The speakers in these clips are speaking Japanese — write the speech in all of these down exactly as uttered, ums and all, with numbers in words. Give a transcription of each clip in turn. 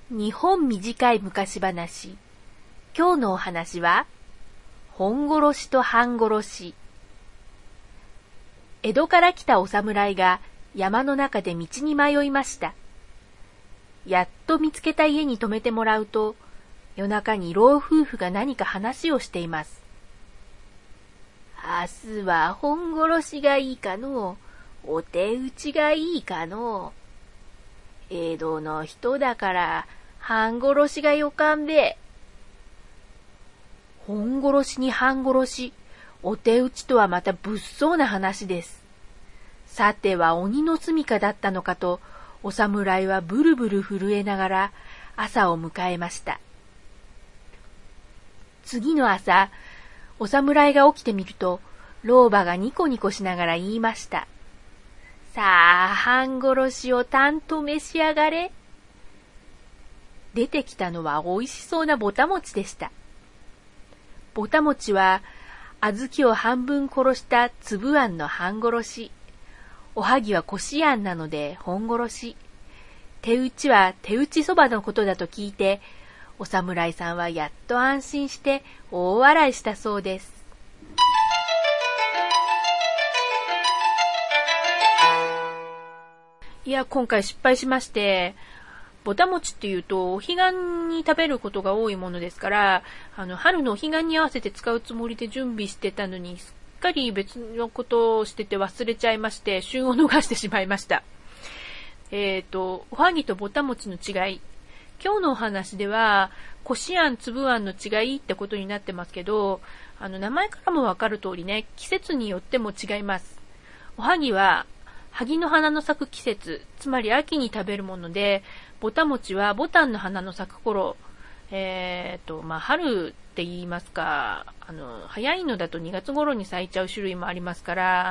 日本短い昔話。今日のお話は、本殺しと半殺し。江戸から来たお侍が山の中で道に迷いました。やっと見つけた家に泊めてもらうと、夜中に老夫婦が何か話をしています。明日は本殺しがいいかのう、お手打ちがいいかのう。江戸の人だから半殺しがよかんべ。本殺しに半殺し、お手打ちとはまた物騒な話です。さては鬼の住処だったのかと、お侍はブルブル震えながら朝を迎えました。次の朝、お侍が起きてみると、老婆がニコニコしながら言いました。さあ、半殺しをたんと召し上がれ。出てきたのはおいしそうなぼたもちでした。ぼたもちは、小豆を半分殺した粒あんの半殺し。おはぎはこしあんなので本殺し。手打ちは手打ちそばのことだと聞いて、お侍さんはやっと安心して大笑いしたそうです。いや、今回失敗しまして、ぼたもちっていうとお彼岸に食べることが多いものですから、あの春のお彼岸に合わせて使うつもりで準備してたのに、すっかり別のことをしてて忘れちゃいまして、旬を逃してしまいました。えっと、おはぎとぼたもちの違い。今日のお話では、こしあん、粒あんの違いってことになってますけど、あの名前からもわかる通りね、季節によっても違います。おはぎは、萩の花の咲く季節、つまり秋に食べるもので、ぼたもちはぼたんの花の咲く頃、えーと、まあ、春って言いますか、あの、早いのだとにがつ頃に咲いちゃう種類もありますから、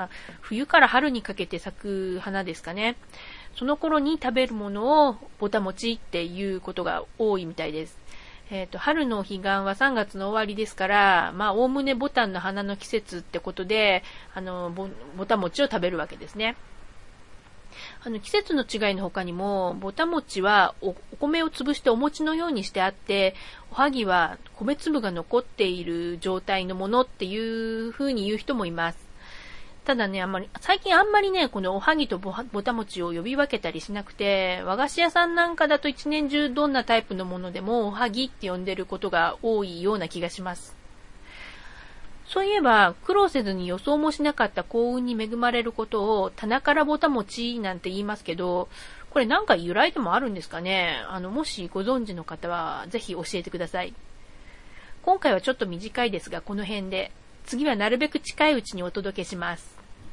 冬から春にかけて咲く花ですかね。その頃に食べるものをぼたもちっていうことが多いみたいです。えーと、春の彼岸はさんがつの終わりですから、まあ、おおむねぼたんの花の季節ってことで、あの、ぼ、ぼたもちを食べるわけですね。あの季節の違いの他にも、ぼたもちは お, お米を潰してお餅のようにしてあって、おはぎは米粒が残っている状態のものっていう風に言う人もいます。ただね、あんまり最近あんまりね、このおはぎと ぼ, ぼたもちを呼び分けたりしなくて、和菓子屋さんなんかだと一年中どんなタイプのものでもおはぎって呼んでることが多いような気がします。そういえば、苦労せずに予想もしなかった幸運に恵まれることを、棚からぼたもちなんて言いますけど、これなんか由来でもあるんですかね。あの、もしご存知の方は、ぜひ教えてください。今回はちょっと短いですが、この辺で、次はなるべく近いうちにお届けします。